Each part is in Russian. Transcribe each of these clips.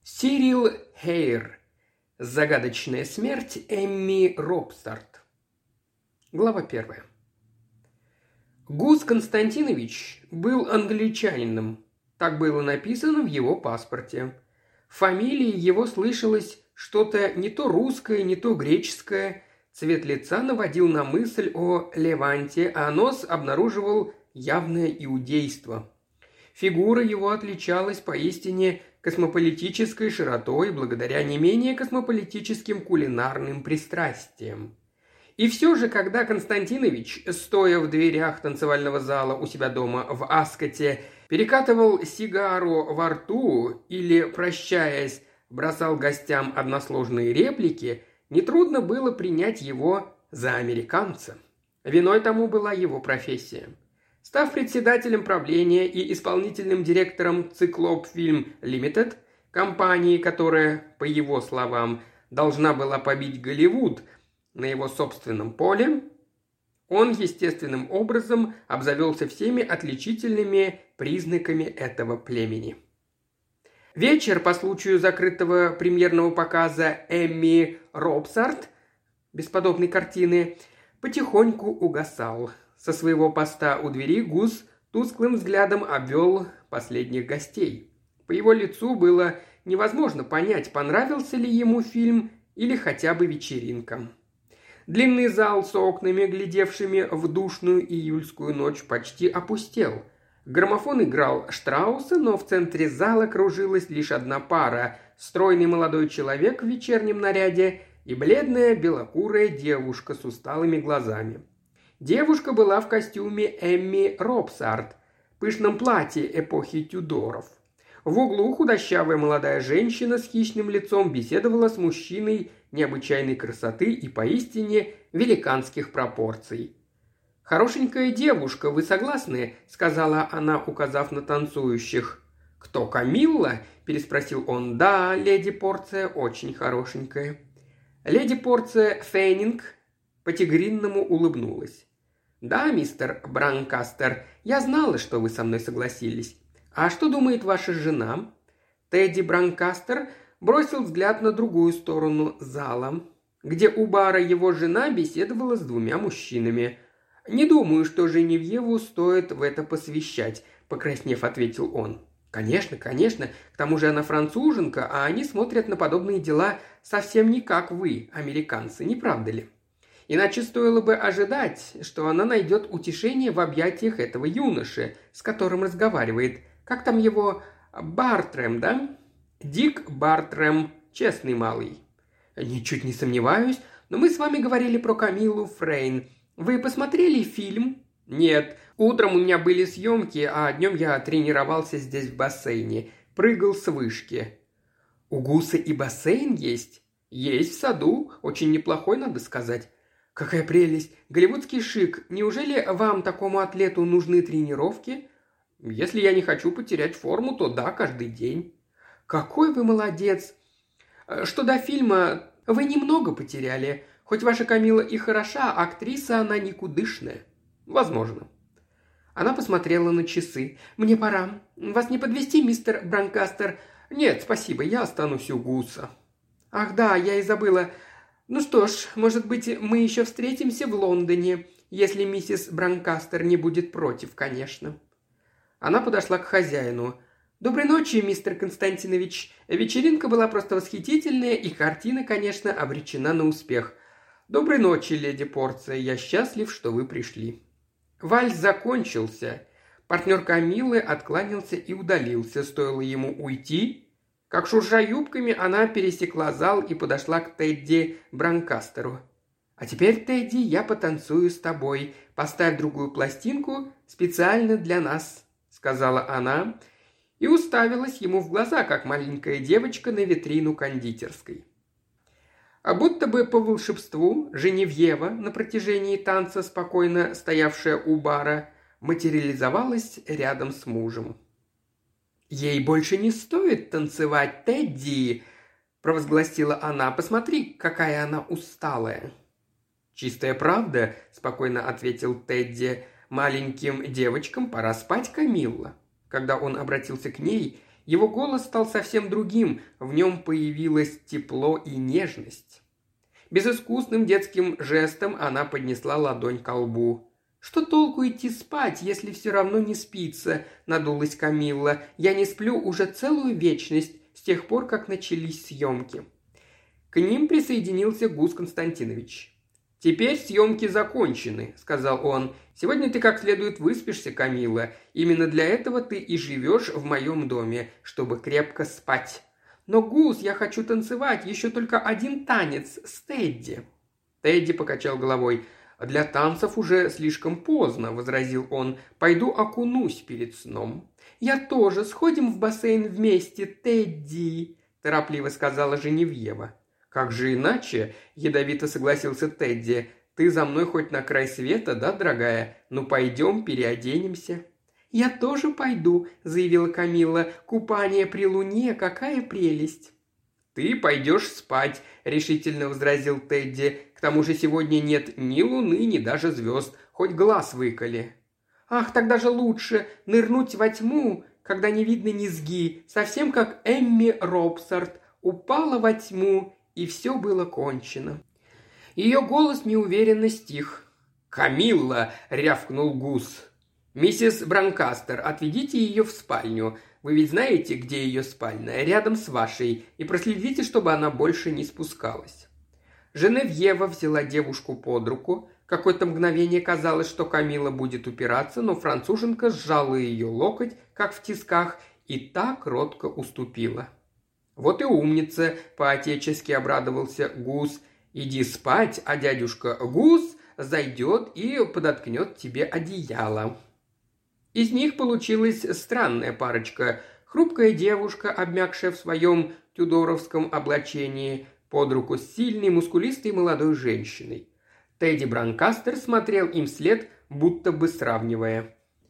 Сирил Хейр. Загадочная смерть Эмми Робстарт. Глава 1. Гус Константинович был англичанином. Так было написано в его паспорте. В фамилии его слышалось что-то не то русское, не то греческое. Цвет лица наводил на мысль о Леванте, а нос обнаруживал явное иудейство. Фигура его отличалась поистине космополитической широтой благодаря не менее космополитическим кулинарным пристрастиям. И все же, когда Константинович, стоя в дверях танцевального зала у себя дома в Аскоте, перекатывал сигару во рту или, прощаясь, бросал гостям односложные реплики, нетрудно было принять его за американца. Виной тому была его профессия. Став председателем правления и исполнительным директором «Циклоп Фильм Лимитед», компании, которая, по его словам, должна была побить Голливуд на его собственном поле, он естественным образом обзавелся всеми отличительными признаками этого племени. Вечер по случаю закрытого премьерного показа Эмми Робстарт, бесподобной картины, потихоньку угасал. Со своего поста у двери Гус тусклым взглядом обвел последних гостей. По его лицу было невозможно понять, понравился ли ему фильм или хотя бы вечеринка. Длинный зал с окнами, глядевшими в душную июльскую ночь, почти опустел. Граммофон играл Штрауса, но в центре зала кружилась лишь одна пара – стройный молодой человек в вечернем наряде и бледная белокурая девушка с усталыми глазами. Девушка была в костюме Эмми Робстарт, пышном платье эпохи Тюдоров. В углу худощавая молодая женщина с хищным лицом беседовала с мужчиной необычайной красоты и поистине великанских пропорций. «Хорошенькая девушка, вы согласны?» – сказала она, указав на танцующих. «Кто, Камилла?» – переспросил он. «Да, леди Порция очень хорошенькая». Леди Порция Феннинг по-тигриному улыбнулась. «Да, мистер Бранкастер, я знала, что вы со мной согласились. А что думает ваша жена?» Тедди Бранкастер бросил взгляд на другую сторону зала, где у бара его жена беседовала с двумя мужчинами. «Не думаю, что Женевьеву стоит в это посвящать», – покраснев, ответил он. «Конечно, конечно, к тому же она француженка, а они смотрят на подобные дела совсем не как вы, американцы, не правда ли? Иначе стоило бы ожидать, что она найдет утешение в объятиях этого юноши, с которым разговаривает. Как там его? Бартрем, да? Дик Бартрем, честный малый». «Ничуть не сомневаюсь, но мы с вами говорили про Камиллу Фрейн. Вы посмотрели фильм?» «Нет. Утром у меня были съемки, а днем я тренировался здесь в бассейне. Прыгал с вышки». «У Гуса и бассейн есть?» «Есть в саду. Очень неплохой, надо сказать». «Какая прелесть! Голливудский шик! Неужели вам, такому атлету, нужны тренировки?» «Если я не хочу потерять форму, то да, каждый день». «Какой вы молодец! Что до фильма, вы немного потеряли. Хоть ваша Камилла и хороша, актриса она никудышная». «Возможно». Она посмотрела на часы. «Мне пора. Вас не подвезти, мистер Бранкастер?» «Нет, спасибо, я останусь у Гуса». «Ах да, я и забыла. Ну что ж, может быть, мы еще встретимся в Лондоне, если миссис Бранкастер не будет против, конечно». Она подошла к хозяину. «Доброй ночи, мистер Константинович. Вечеринка была просто восхитительная, и картина, конечно, обречена на успех. Доброй ночи, леди Порция. Я счастлив, что вы пришли». Вальс закончился. Партнер Камиллы откланялся и удалился. Стоило ему уйти, как, шурша юбками, она пересекла зал и подошла к Тедди Бранкастеру. «А теперь, Тедди, я потанцую с тобой. Поставь другую пластинку специально для нас», — сказала она, и уставилась ему в глаза, как маленькая девочка на витрину кондитерской. А будто бы по волшебству Женевьева, на протяжении танца спокойно стоявшая у бара, материализовалась рядом с мужем. «Ей больше не стоит танцевать, Тедди», – провозгласила она. «Посмотри, какая она усталая». «Чистая правда», – спокойно ответил Тедди. «Маленьким девочкам пора спать, Камилла». Когда он обратился к ней, Его голос стал совсем другим, в нем появилось тепло и нежность. Безыскусным детским жестом она поднесла ладонь ко лбу. «Что толку идти спать, если все равно не спится?» – надулась Камилла. «Я не сплю уже целую вечность, с тех пор, как начались съемки». К ним присоединился Гус Константинович. «Теперь съемки закончены», – сказал он. «Сегодня ты как следует выспишься, Камилла. Именно для этого ты и живешь в моем доме, чтобы крепко спать». «Но, Гус, я хочу танцевать, еще только один танец с Тедди». Тедди покачал головой. «Для танцев уже слишком поздно», – возразил он. «Пойду окунусь перед сном». «Я тоже. Сходим в бассейн вместе, Тедди», – торопливо сказала Женевьева. «Как же иначе?» – ядовито согласился Тедди. «Ты за мной хоть на край света, да, дорогая? Ну, пойдем, переоденемся». «Я тоже пойду», – заявила Камилла. «Купание при луне, какая прелесть!» «Ты пойдешь спать», – решительно возразил Тедди. «К тому же сегодня нет ни луны, ни даже звезд. Хоть глаз выколи». «Ах, тогда же лучше нырнуть во тьму, когда не видно низги, совсем как Эмми Робсарт. Упала во тьму, и все было кончено». Ее голос неуверенно стих. «Камилла!» – рявкнул Гус. «Миссис Бранкастер, отведите ее в спальню. Вы ведь знаете, где ее спальня? Рядом с вашей. И проследите, чтобы она больше не спускалась». Женевьева взяла девушку под руку. Какое-то мгновение казалось, что Камилла будет упираться, но француженка сжала ее локоть, как в тисках, и так кротко уступила. «Вот и умница!» – по-отечески обрадовался Гус. «Иди спать, а дядюшка Гус зайдет и подоткнет тебе одеяло». Из них получилась странная парочка. Хрупкая девушка, обмякшая в своем тюдоровском облачении, под руку с сильной, мускулистой молодой женщиной. Тедди Бранкастер смотрел им вслед, будто бы сравнивая.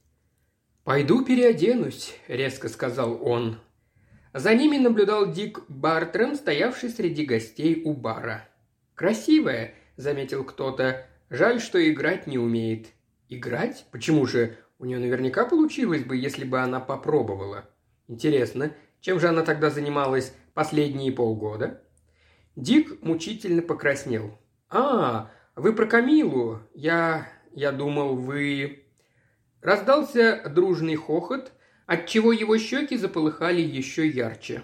«Пойду переоденусь», – резко сказал он. За ними наблюдал Дик Бартрам, стоявший среди гостей у бара. «Красивая», – заметил кто-то. «Жаль, что играть не умеет». «Играть? Почему же? У нее наверняка получилось бы, если бы она попробовала. Интересно, чем же она тогда занималась последние полгода?» Дик мучительно покраснел. «А, вы про Камилу? Я думал, вы...» Раздался дружный хохот, отчего его щеки заполыхали еще ярче.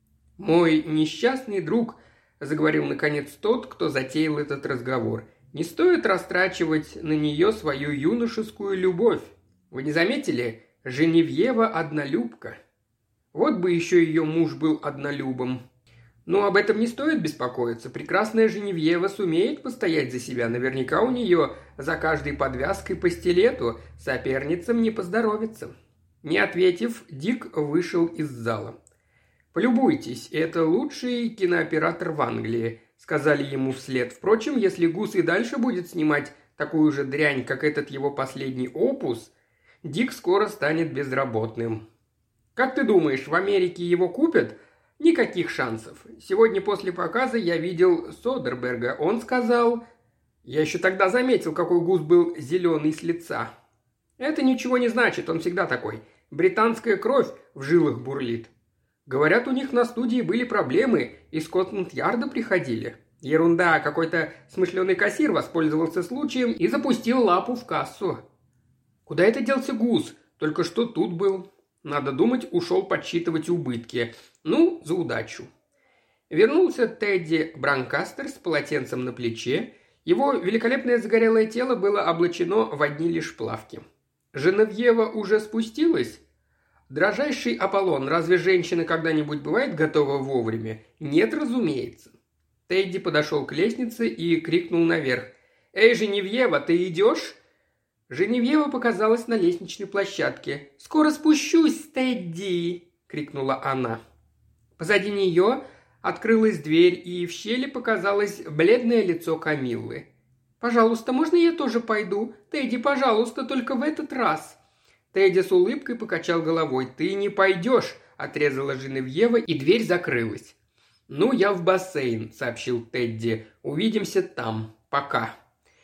«Мой несчастный друг», – заговорил наконец тот, кто затеял этот разговор, – «не стоит растрачивать на нее свою юношескую любовь. Вы не заметили? Женевьева однолюбка. Вот бы еще ее муж был однолюбом. Но об этом не стоит беспокоиться. Прекрасная Женевьева сумеет постоять за себя. Наверняка у нее за каждой подвязкой по стилету. Соперницам не поздоровится». Не ответив, Дик вышел из зала. «Полюбуйтесь, это лучший кинооператор в Англии», – сказали ему вслед. Впрочем, если Гус и дальше будет снимать такую же дрянь, как этот его последний опус, Дик скоро станет безработным. «Как ты думаешь, в Америке его купят?» «Никаких шансов. Сегодня после показа я видел Содерберга. Он сказал...» Я еще тогда заметил, какой Гус был зеленый с лица. «Это ничего не значит, он всегда такой. Британская кровь в жилах бурлит. Говорят, у них на студии были проблемы, из Скотланд-Ярда приходили. Ерунда, какой-то смышленый кассир воспользовался случаем и запустил лапу в кассу. Куда это делся Гус? Только что тут был. Надо думать, ушел подсчитывать убытки. Ну, за удачу». Вернулся Тедди Бранкастер с полотенцем на плече. Его великолепное загорелое тело было облачено в одни лишь плавки. Женевьева уже спустилась? Дрожайший Аполлон, разве женщина когда-нибудь бывает готова вовремя? Нет, разумеется. Тедди подошел к лестнице и крикнул наверх. «Эй, Женевьева, ты идешь?» Женевьева показалась на лестничной площадке. «Скоро спущусь, Тедди!» – крикнула она. Позади нее открылась дверь, и в щели показалось бледное лицо Камиллы. «Пожалуйста, можно я тоже пойду? Тедди, пожалуйста, только в этот раз!» Тедди с улыбкой покачал головой. «Ты не пойдешь!» – отрезала Женевьева, и дверь закрылась. «Ну, я в бассейн», – сообщил Тедди. «Увидимся там. Пока».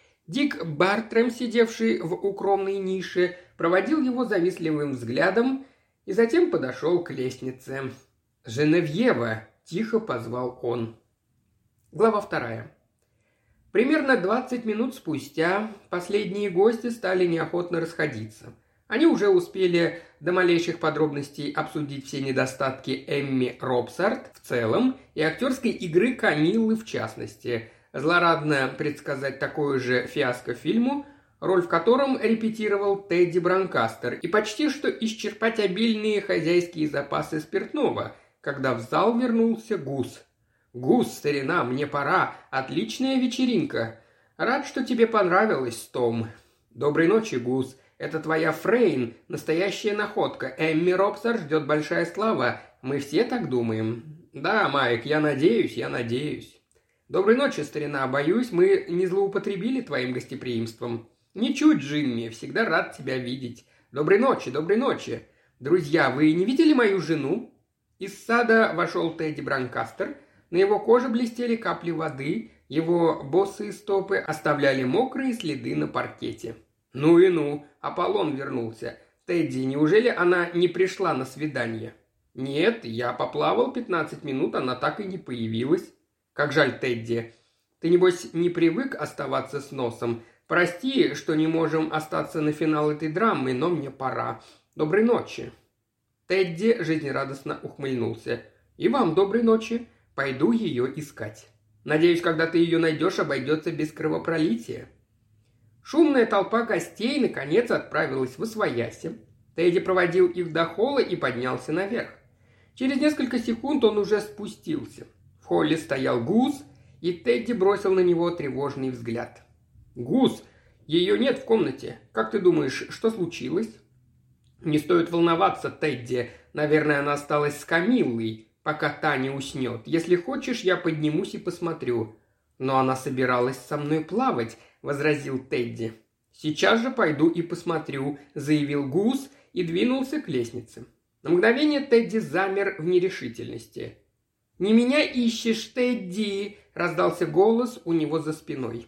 Дик Бартрам, сидевший в укромной нише, проводил его завистливым взглядом и затем подошел к лестнице. «Женевьева!» – тихо позвал он. Глава 2. Примерно 20 минут спустя последние гости стали неохотно расходиться. Они уже успели до малейших подробностей обсудить все недостатки Эмми Робсарт в целом и актерской игры Камиллы в частности. Злорадно предсказать такое же фиаско фильму, роль в котором репетировал Тедди Бранкастер, и почти что исчерпать обильные хозяйские запасы спиртного, когда в зал вернулся Гус. «Гус, старина, мне пора. Отличная вечеринка. Рад, что тебе понравилось, Том». «Доброй ночи, Гус. Это твоя Фрейн, настоящая находка. Эмми Робсар ждет большая слава. Мы все так думаем». «Да, Майк, я надеюсь». «Доброй ночи, старина. Боюсь, мы не злоупотребили твоим гостеприимством». «Ничуть, Джимми. Всегда рад тебя видеть. Доброй ночи. Друзья, вы не видели мою жену?» Из сада вошел Тедди Бранкастер. На его коже блестели капли воды, его босые стопы оставляли мокрые следы на паркете. «Ну и ну, Аполлон вернулся. Тедди, неужели она не пришла на свидание?» «Нет, я поплавал 15 минут, она так и не появилась». «Как жаль, Тедди. Ты, небось, не привык оставаться с носом. Прости, что не можем остаться на финал этой драмы, но мне пора. Доброй ночи». Тедди жизнерадостно ухмыльнулся. «И вам доброй ночи. Пойду ее искать. Надеюсь, когда ты ее найдешь, обойдется без кровопролития». Шумная толпа гостей наконец отправилась в освояси. Тедди проводил их до холла и поднялся наверх. Через несколько секунд он уже спустился. В холле стоял Гус, и Тедди бросил на него тревожный взгляд. «Гус, ее нет в комнате. Как ты думаешь, что случилось?» «Не стоит волноваться, Тедди. Наверное, она осталась с Камиллой, пока та не уснет. Если хочешь, я поднимусь и посмотрю». «Но она собиралась со мной плавать», – возразил Тедди. «Сейчас же пойду и посмотрю», – заявил Гус и двинулся к лестнице. На мгновение Тедди замер в нерешительности. «Не меня ищешь, Тедди!» – раздался голос у него за спиной.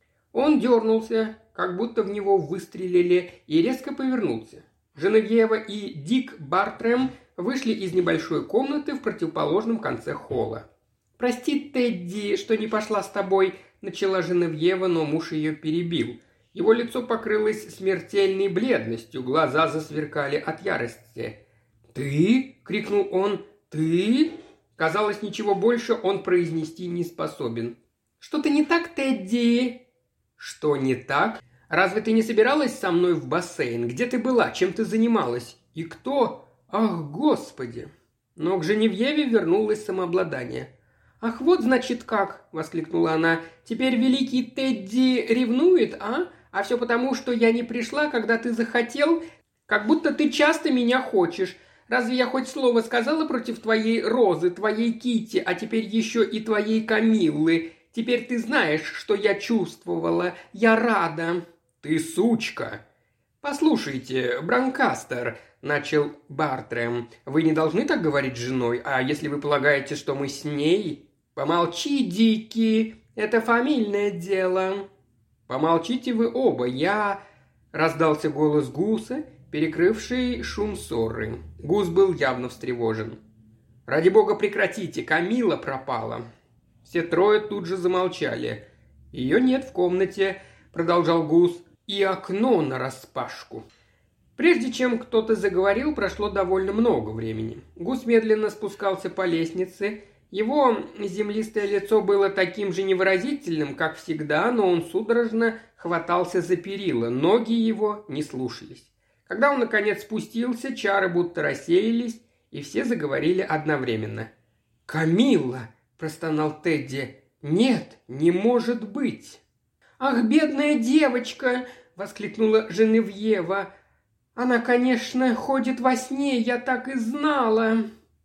Он дернулся, как будто в него выстрелили, и резко повернулся. Женевьева и Дик Бартрем вышли из небольшой комнаты в противоположном конце холла. «Прости, Тедди, что не пошла с тобой», – начала Женевьева, но муж ее перебил. Его лицо покрылось смертельной бледностью, глаза засверкали от ярости. «Ты?» – крикнул он. «Ты?» Казалось, ничего больше он произнести не способен. «Что-то не так, Тедди?» «Что не так? Разве ты не собиралась со мной в бассейн? Где ты была? Чем ты занималась? И кто? Ах, Господи!» Но к Женевьеве вернулось самообладание. «Ах, вот значит как!» – воскликнула она. «Теперь великий Тедди ревнует, а? А все потому, что я не пришла, когда ты захотел? Как будто ты часто меня хочешь. Разве я хоть слово сказала против твоей Розы, твоей Китти, а теперь еще и твоей Камиллы? Теперь ты знаешь, что я чувствовала. Я рада». «Ты сучка!» «Послушайте, Бранкастер», – начал Бартрем, – «вы не должны так говорить с женой, а если вы полагаете, что мы с ней...» «Помолчи, Дики, это фамильное дело». «Помолчите вы оба, я...» – раздался голос Гуса, перекрывший шум ссоры. Гус был явно встревожен. «Ради бога, прекратите, Камилла пропала». Все трое тут же замолчали. «Ее нет в комнате», – продолжал Гус, – «и окно нараспашку». Прежде чем кто-то заговорил, прошло довольно много времени. Гус медленно спускался по лестнице. Его землистое лицо было таким же невыразительным, как всегда, но он судорожно хватался за перила, ноги его не слушались. Когда он, наконец, спустился, чары будто рассеялись, и все заговорили одновременно. «Камилла!» – простонал Тедди. «Нет, не может быть!» «Ах, бедная девочка!» – воскликнула Женевьева. «Она, конечно, ходит во сне, я так и знала!»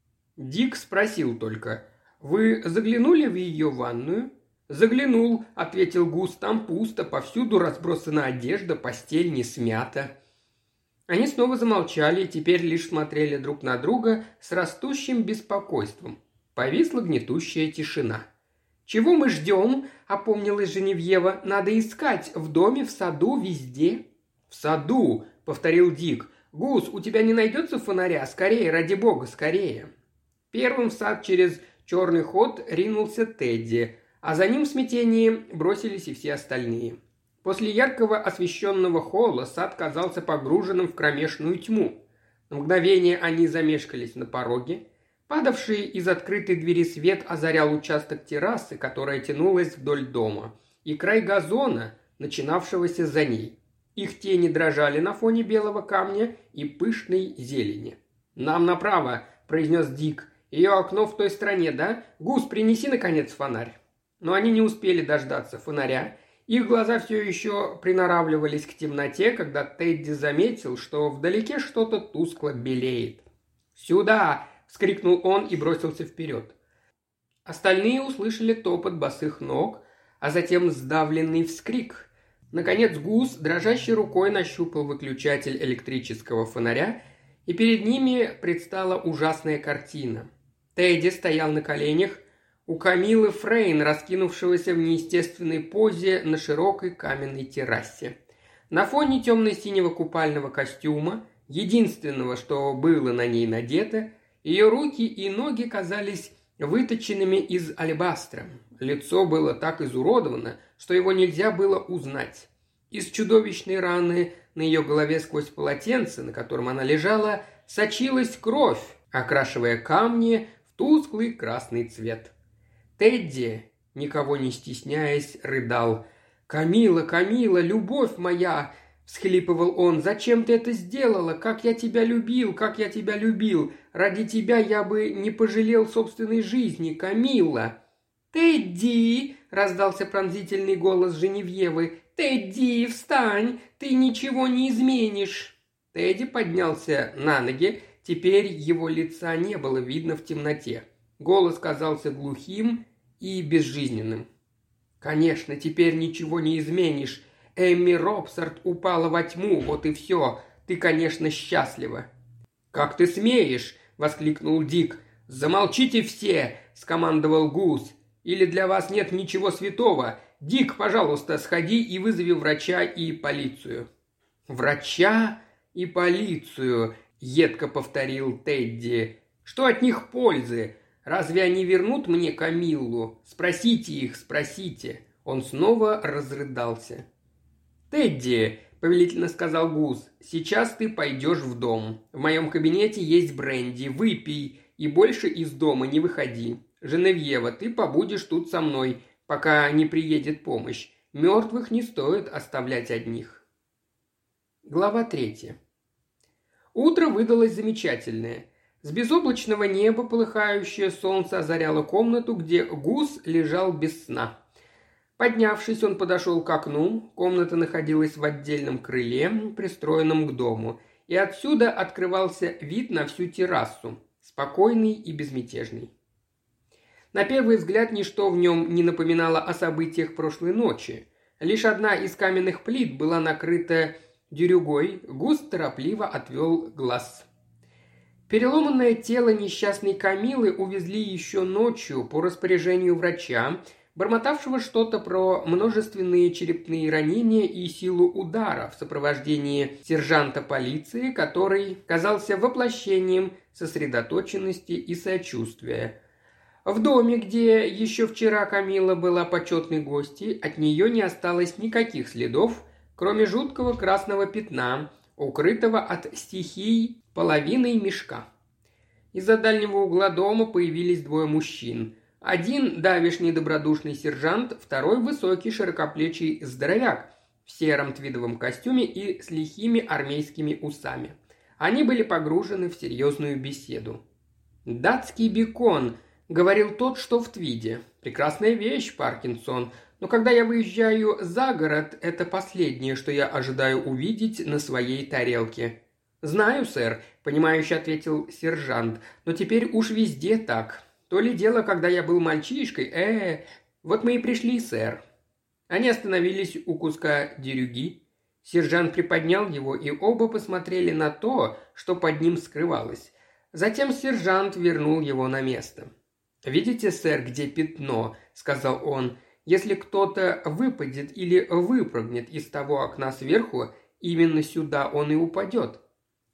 Дик спросил только: «Вы заглянули в ее ванную?» «Заглянул», – ответил Гус, – «там пусто, повсюду разбросана одежда, постель не смята». Они снова замолчали и теперь лишь смотрели друг на друга с растущим беспокойством. Повисла гнетущая тишина. «Чего мы ждем?» – опомнилась Женевьева. «Надо искать в доме, в саду, везде». «В саду», – повторил Дик. «Гус, у тебя не найдется фонаря? Скорее, ради бога, скорее!» Первым в сад через черный ход ринулся Тедди, а за ним в смятении бросились и все остальные. После яркого освещенного холла сад казался погруженным в кромешную тьму. На мгновение они замешкались на пороге. Падавший из открытой двери свет озарял участок террасы, которая тянулась вдоль дома, и край газона, начинавшегося за ней. Их тени дрожали на фоне белого камня и пышной зелени. «Нам направо», – произнес Дик. «Ее окно в той стороне, да? Гус, принеси, наконец, фонарь». Но они не успели дождаться фонаря. Их глаза все еще приноравливались к темноте, когда Тедди заметил, что вдалеке что-то тускло белеет. «Сюда!» – вскрикнул он и бросился вперед. Остальные услышали топот босых ног, а затем сдавленный вскрик. Наконец Гус дрожащей рукой нащупал выключатель электрического фонаря, и перед ними предстала ужасная картина. Тедди стоял на коленях у Камилы Фрейн, раскинувшегося в неестественной позе на широкой каменной террасе. На фоне темно-синего купального костюма, единственного, что было на ней надето, ее руки и ноги казались выточенными из алебастра. Лицо было так изуродовано, что его нельзя было узнать. Из чудовищной раны на ее голове сквозь полотенце, на котором она лежала, сочилась кровь, окрашивая камни в тусклый красный цвет. Тедди, никого не стесняясь, рыдал. «Камила, Камила, любовь моя!» – всхлипывал он. «Зачем ты это сделала? Как я тебя любил, как я тебя любил! Ради тебя я бы не пожалел собственной жизни, Камила!» «Тедди!» – раздался пронзительный голос Женевьевы. «Тедди, встань! Ты ничего не изменишь!» Тедди поднялся на ноги. Теперь его лица не было видно в темноте. Голос казался глухим и безжизненным. «Конечно, теперь ничего не изменишь. Эмми Робсарт упала во тьму, вот и все. Ты, конечно, счастлива». «Как ты смеешь?» – воскликнул Дик. «Замолчите все!» – скомандовал Гус. «Или для вас нет ничего святого? Дик, пожалуйста, сходи и вызови врача и полицию». «Врача и полицию», – едко повторил Тедди. «Что от них пользы? Разве они вернут мне Камиллу? Спросите их, спросите». Он снова разрыдался. «Тедди», – повелительно сказал Гус, – «сейчас ты пойдешь в дом. В моем кабинете есть бренди, выпей и больше из дома не выходи. Женевьева, ты побудешь тут со мной, пока не приедет помощь. Мертвых не стоит оставлять одних». Глава 3. Утро выдалось замечательное. С безоблачного неба полыхающее солнце озаряло комнату, где Гус лежал без сна. Поднявшись, он подошел к окну. Комната находилась в отдельном крыле, пристроенном к дому, и отсюда открывался вид на всю террасу, спокойный и безмятежный. На первый взгляд ничто в нем не напоминало о событиях прошлой ночи. Лишь одна из каменных плит была накрыта дерюгой. Гус торопливо отвел глаз. Переломанное тело несчастной Камилы увезли еще ночью по распоряжению врача, бормотавшего что-то про множественные черепные ранения и силу удара в сопровождении сержанта полиции, который казался воплощением сосредоточенности и сочувствия. В доме, где еще вчера Камила была почетной гостьей, от нее не осталось никаких следов, кроме жуткого красного пятна, укрытого от стихий половиной мешка. Из-за дальнего угла дома появились двое мужчин. Один давишний добродушный сержант, второй высокий широкоплечий здоровяк в сером твидовом костюме и с лихими армейскими усами. Они были погружены в серьезную беседу. «Датский бекон», — говорил тот, что в твиде. «Прекрасная вещь, Паркинсон, но когда я выезжаю за город, это последнее, что я ожидаю увидеть на своей тарелке». «Знаю, сэр», — понимающе ответил сержант, — «но теперь уж везде так. То ли дело, когда я был мальчишкой. Вот мы и пришли, сэр». Они остановились у куска дерюги. Сержант приподнял его, и оба посмотрели на то, что под ним скрывалось. Затем сержант вернул его на место. «Видите, сэр, где пятно?» – сказал он. «Если кто-то выпадет или выпрыгнет из того окна сверху, именно сюда он и упадет».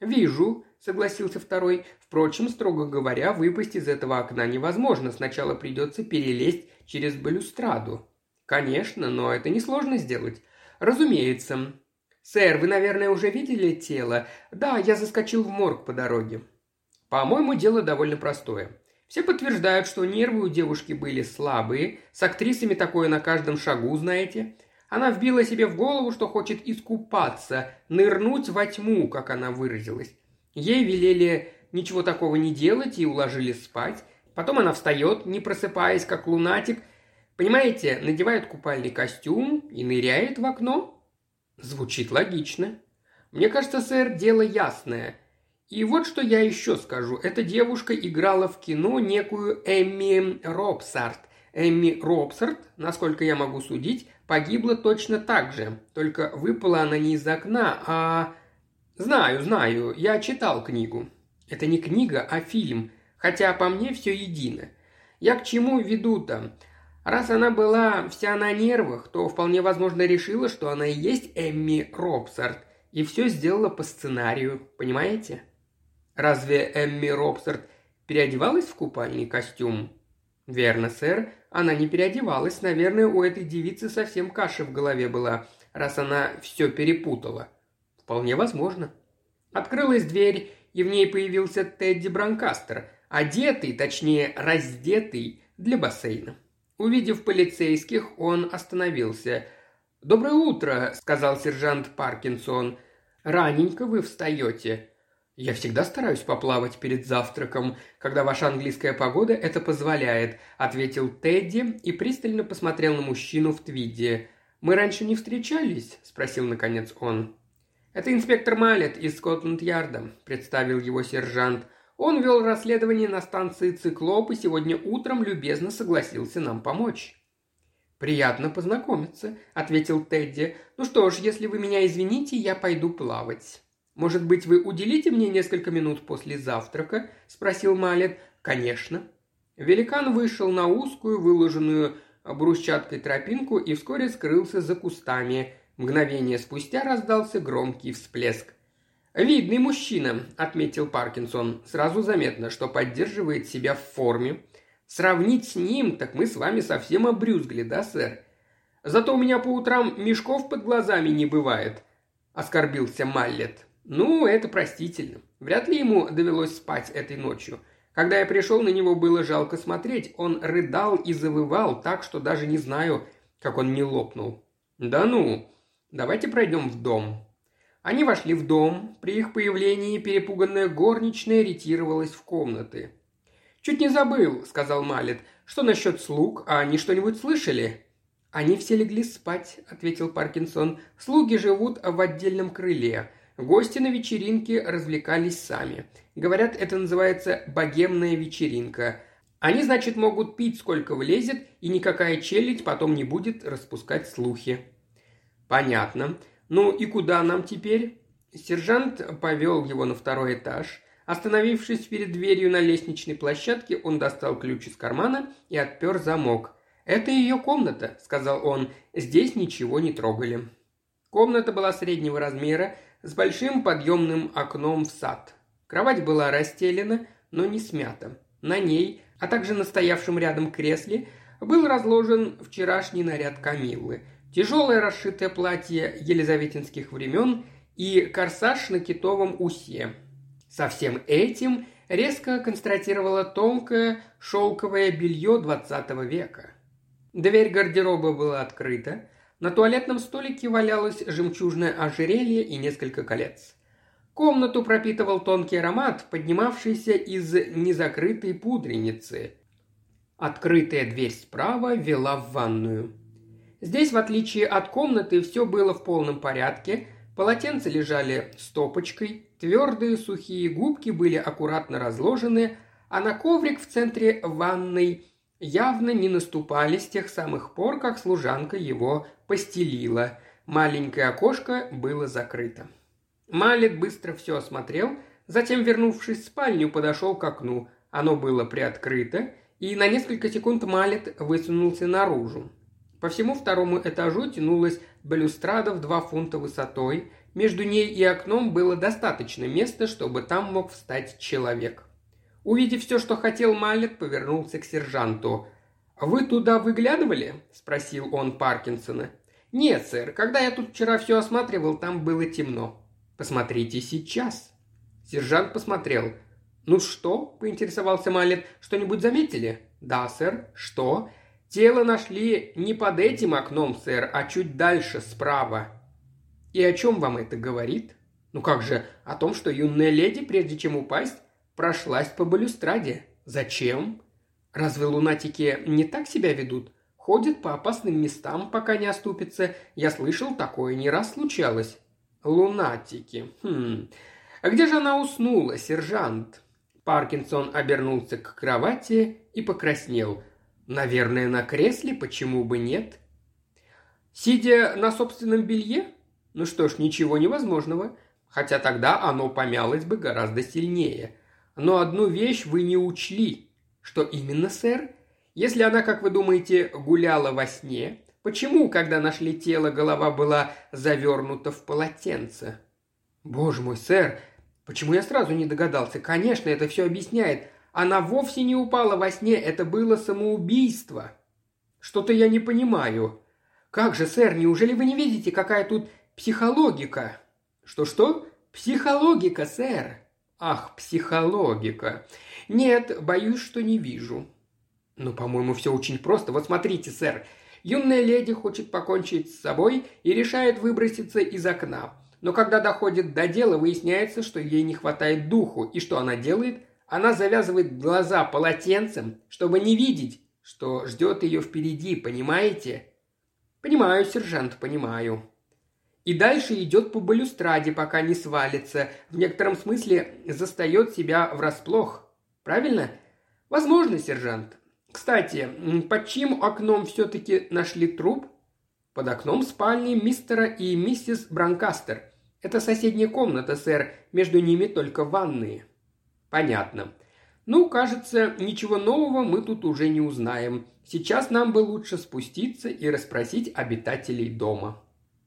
«Вижу», — согласился второй. «Впрочем, строго говоря, выпасть из этого окна невозможно. Сначала придется перелезть через балюстраду». «Конечно, но это несложно сделать». «Разумеется». «Сэр, вы, наверное, уже видели тело?» «Да, я заскочил в морг по дороге». «По-моему, дело довольно простое. Все подтверждают, что нервы у девушки были слабые, с актрисами такое на каждом шагу, знаете. Она вбила себе в голову, что хочет искупаться, нырнуть во тьму, как она выразилась. Ей велели ничего такого не делать и уложили спать. Потом она встает, не просыпаясь, как лунатик. Понимаете, надевает купальный костюм и ныряет в окно. Звучит логично. Мне кажется, сэр, дело ясное. И вот что я еще скажу. Эта девушка играла в кино некую Эмми Робсарт. Эмми Робсарт, насколько я могу судить, погибла точно так же. Только выпала она не из окна, а... Знаю, я читал книгу. Это не книга, а фильм. Хотя по мне все едино. Я к чему веду-то? Раз она была вся на нервах, то вполне возможно решила, что она и есть Эмми Робсарт. И все сделала по сценарию. Понимаете? Разве Эмми Робсарт переодевалась в купальный костюм? Верно, сэр. Она не переодевалась. Наверное, у этой девицы совсем каша в голове была, раз она все перепутала. Вполне возможно. Открылась дверь, и в ней появился Тедди Бранкастер, одетый, точнее, раздетый для бассейна. Увидев полицейских, он остановился. «Доброе утро», — сказал сержант Паркинсон. «Раненько вы встаете». «Я всегда стараюсь поплавать перед завтраком, когда ваша английская погода это позволяет», — ответил Тедди и пристально посмотрел на мужчину в твиде. «Мы раньше не встречались?» — спросил наконец он. «Это инспектор Маллет из Скотланд-Ярда», — представил его сержант. «Он вел расследование на станции «Циклоп» и сегодня утром любезно согласился нам помочь». «Приятно познакомиться», — ответил Тедди. «Ну что ж, если вы меня извините, я пойду плавать». «Может быть, вы уделите мне несколько минут после завтрака?» – спросил Маллет. «Конечно». Великан вышел на узкую, выложенную брусчаткой тропинку и вскоре скрылся за кустами. Мгновение спустя раздался громкий всплеск. «Видный мужчина», – отметил Паркинсон. «Сразу заметно, что поддерживает себя в форме. Сравнить с ним, так мы с вами совсем обрюзгли, да, сэр? Зато у меня по утрам мешков под глазами не бывает», – оскорбился Маллет. «Ну, это простительно. Вряд ли ему довелось спать этой ночью. Когда я пришел, на него было жалко смотреть. Он рыдал и завывал так, что даже не знаю, как он не лопнул». «Да ну, давайте пройдем в дом». Они вошли в дом. При их появлении перепуганная горничная ретировалась в комнаты. «Чуть не забыл», — сказал Маллет. «Что насчет слуг? А они что-нибудь слышали?» «Они все легли спать», — ответил Паркинсон. «Слуги живут в отдельном крыле. Гости на вечеринке развлекались сами. Говорят, это называется богемная вечеринка. Они, значит, могут пить сколько влезет, и никакая челядь потом не будет распускать слухи». «Понятно. Ну и куда нам теперь?» Сержант повел его на второй этаж. Остановившись перед дверью на лестничной площадке, он достал ключ из кармана и отпер замок. «Это ее комната», — сказал он. «Здесь ничего не трогали». Комната была среднего размера, с большим подъемным окном в сад. Кровать была расстелена, но не смята. На ней, а также на стоявшем рядом кресле, был разложен вчерашний наряд Камиллы. Тяжелое расшитое платье елизаветинских времен и корсаж на китовом усе. Со всем этим резко контрастировало тонкое шелковое белье XX века. Дверь гардероба была открыта. На туалетном столике валялось жемчужное ожерелье и несколько колец. Комнату пропитывал тонкий аромат, поднимавшийся из незакрытой пудреницы. Открытая дверь справа вела в ванную. Здесь, в отличие от комнаты, все было в полном порядке. Полотенца лежали стопочкой, твердые сухие губки были аккуратно разложены, а на коврик в центре ванной явно не наступали с тех самых пор, как служанка его постелила. Маленькое окошко было закрыто. Маллет быстро все осмотрел, затем, вернувшись в спальню, подошел к окну. Оно было приоткрыто, и на несколько секунд Маллет высунулся наружу. По всему второму этажу тянулась балюстрада в 2 фунта высотой. Между ней и окном было достаточно места, чтобы там мог встать человек. Увидев все, что хотел, Маллет повернулся к сержанту. «Вы туда выглядывали?» – спросил он Паркинсона. «Нет, сэр. Когда я тут вчера все осматривал, там было темно». «Посмотрите сейчас». Сержант посмотрел. «Ну что?» – поинтересовался Маллет. «Что-нибудь заметили?» «Да, сэр». «Что?» «Тело нашли не под этим окном, сэр, а чуть дальше, справа». «И о чем вам это говорит?» «Ну как же, о том, что юная леди, прежде чем упасть, прошлась по балюстраде. Зачем? Разве лунатики не так себя ведут? Ходят по опасным местам, пока не оступятся. Я слышал, такое не раз случалось». «Лунатики. А где же она уснула, сержант?» Паркинсон обернулся к кровати и покраснел. «Наверное, на кресле, почему бы нет?» «Сидя на собственном белье? Ну что ж, ничего невозможного. Хотя тогда оно помялось бы гораздо сильнее. Но одну вещь вы не учли». «Что именно, сэр? Если она, как вы думаете, гуляла во сне, почему, когда нашли тело, голова была завернута в полотенце?» «Боже мой, сэр, почему я сразу не догадался? Конечно, это все объясняет. Она вовсе не упала во сне, это было самоубийство». «Что-то я не понимаю». «Как же, сэр, неужели вы не видите, какая тут психологика?» «Что-что? Психологика, сэр». «Ах, психологика. Нет, боюсь, что не вижу». «Ну, по-моему, все очень просто. Вот смотрите, сэр. Юная леди хочет покончить с собой и решает выброситься из окна. Но когда доходит до дела, выясняется, что ей не хватает духу. И что она делает? Она завязывает глаза полотенцем, чтобы не видеть, что ждет ее впереди, понимаете?» «Понимаю, сержант, понимаю». И дальше идет по балюстраде, пока не свалится. В некотором смысле застает себя врасплох. Правильно? Возможно, сержант. Кстати, под чьим окном все-таки нашли труп? Под окном спальни мистера и миссис Бранкастер. Это соседняя комната, сэр. Между ними только ванные. Понятно. Ну, кажется, ничего нового мы тут уже не узнаем. Сейчас нам бы лучше спуститься и расспросить обитателей дома.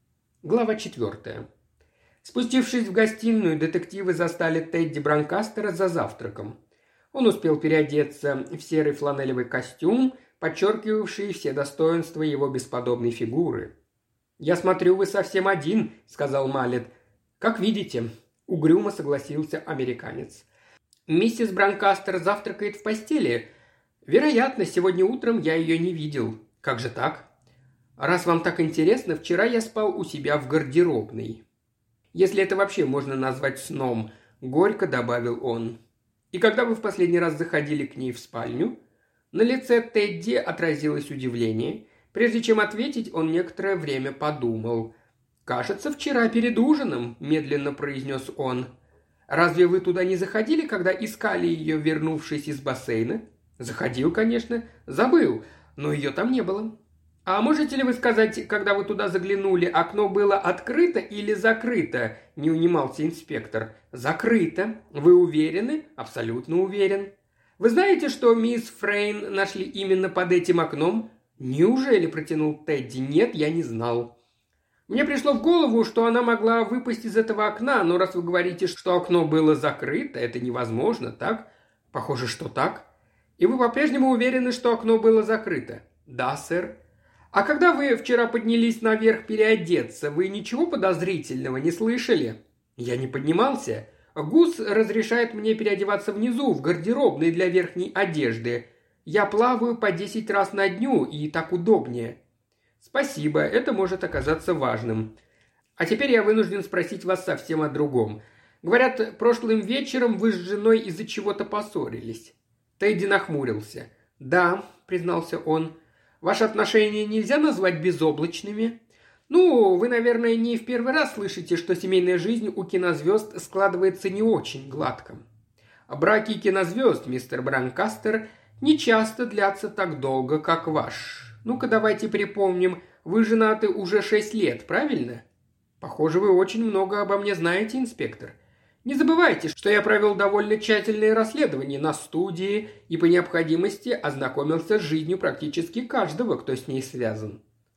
Глава 4. Спустившись в гостиную, детективы застали Тедди Бранкастера за завтраком. Он успел переодеться в серый фланелевый костюм, подчеркивавший все достоинства его бесподобной фигуры. «Я смотрю, вы совсем один», — сказал Маллет. «Как видите», — угрюмо согласился американец. «Миссис Бранкастер завтракает в постели. Вероятно, сегодня утром я ее не видел. Как же так? Раз вам так интересно, вчера я спал у себя в гардеробной». «Если это вообще можно назвать сном», — горько добавил он. «И когда вы в последний раз заходили к ней в спальню?» На лице Тедди отразилось удивление. Прежде чем ответить, он некоторое время подумал. «Кажется, вчера перед ужином», – медленно произнес он. «Разве вы туда не заходили, когда искали ее, вернувшись из бассейна?» «Заходил, конечно. Забыл, но ее там не было». «А можете ли вы сказать, когда вы туда заглянули, окно было открыто или закрыто?» – не унимался инспектор. «Закрыто. Вы уверены?» «Абсолютно уверен». «Вы знаете, что мисс Фрейн нашли именно под этим окном?» «Неужели?» – протянул Тедди. «Нет, я не знал». «Мне пришло в голову, что она могла выпасть из этого окна, но раз вы говорите, что окно было закрыто, это невозможно, так?» «Похоже, что так». «И вы по-прежнему уверены, что окно было закрыто?» «Да, сэр». «А когда вы вчера поднялись наверх переодеться, вы ничего подозрительного не слышали?» «Я не поднимался. Гус разрешает мне переодеваться внизу, в гардеробной для верхней одежды. Я плаваю по 10 раз на дню, и так удобнее». «Спасибо, это может оказаться важным. А теперь я вынужден спросить вас совсем о другом. Говорят, прошлым вечером вы с женой из-за чего-то поссорились». Тедди нахмурился. «Да», — признался он. «Ваши отношения нельзя назвать безоблачными?» «Ну, вы, наверное, не в первый раз слышите, что семейная жизнь у кинозвезд складывается не очень гладко. Браки кинозвезд, мистер Бранкастер, не часто длятся так долго, как ваш. Ну-ка, давайте припомним, вы женаты уже 6 лет, правильно?» «Похоже, вы очень много обо мне знаете, инспектор. Не забывайте, что я провел довольно тщательное расследование на студии и по необходимости ознакомился с жизнью практически каждого, кто с ней связан».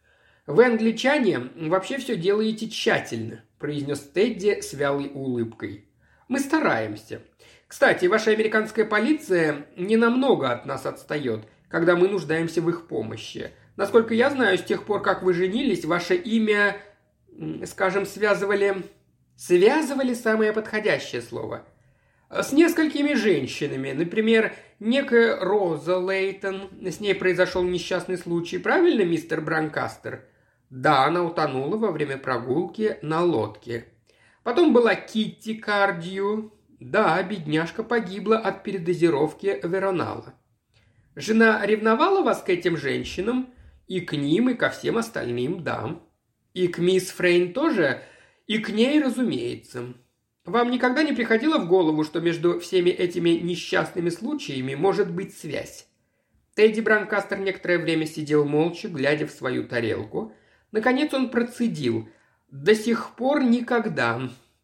«Вы, англичане, вообще все делаете тщательно», – произнес Тедди с вялой улыбкой. «Мы стараемся. Кстати, ваша американская полиция ненамного от нас отстает, когда мы нуждаемся в их помощи. Насколько я знаю, с тех пор, как вы женились, ваше имя, скажем, связывали... Связывали – самое подходящее слово. С несколькими женщинами. Например, некая Роза Лейтон. С ней произошел несчастный случай. Правильно, мистер Бранкастер?» «Да, она утонула во время прогулки на лодке». «Потом была Китти Кардью». «Да, бедняжка погибла от передозировки веронала». «Жена ревновала вас к этим женщинам?» «И к ним, и ко всем остальным, да». «И к мисс Фрейн тоже?» «И к ней, разумеется». «Вам никогда не приходило в голову, что между всеми этими несчастными случаями может быть связь?» Тедди Бранкастер некоторое время сидел молча, глядя в свою тарелку. Наконец он процедил: «До сих пор никогда».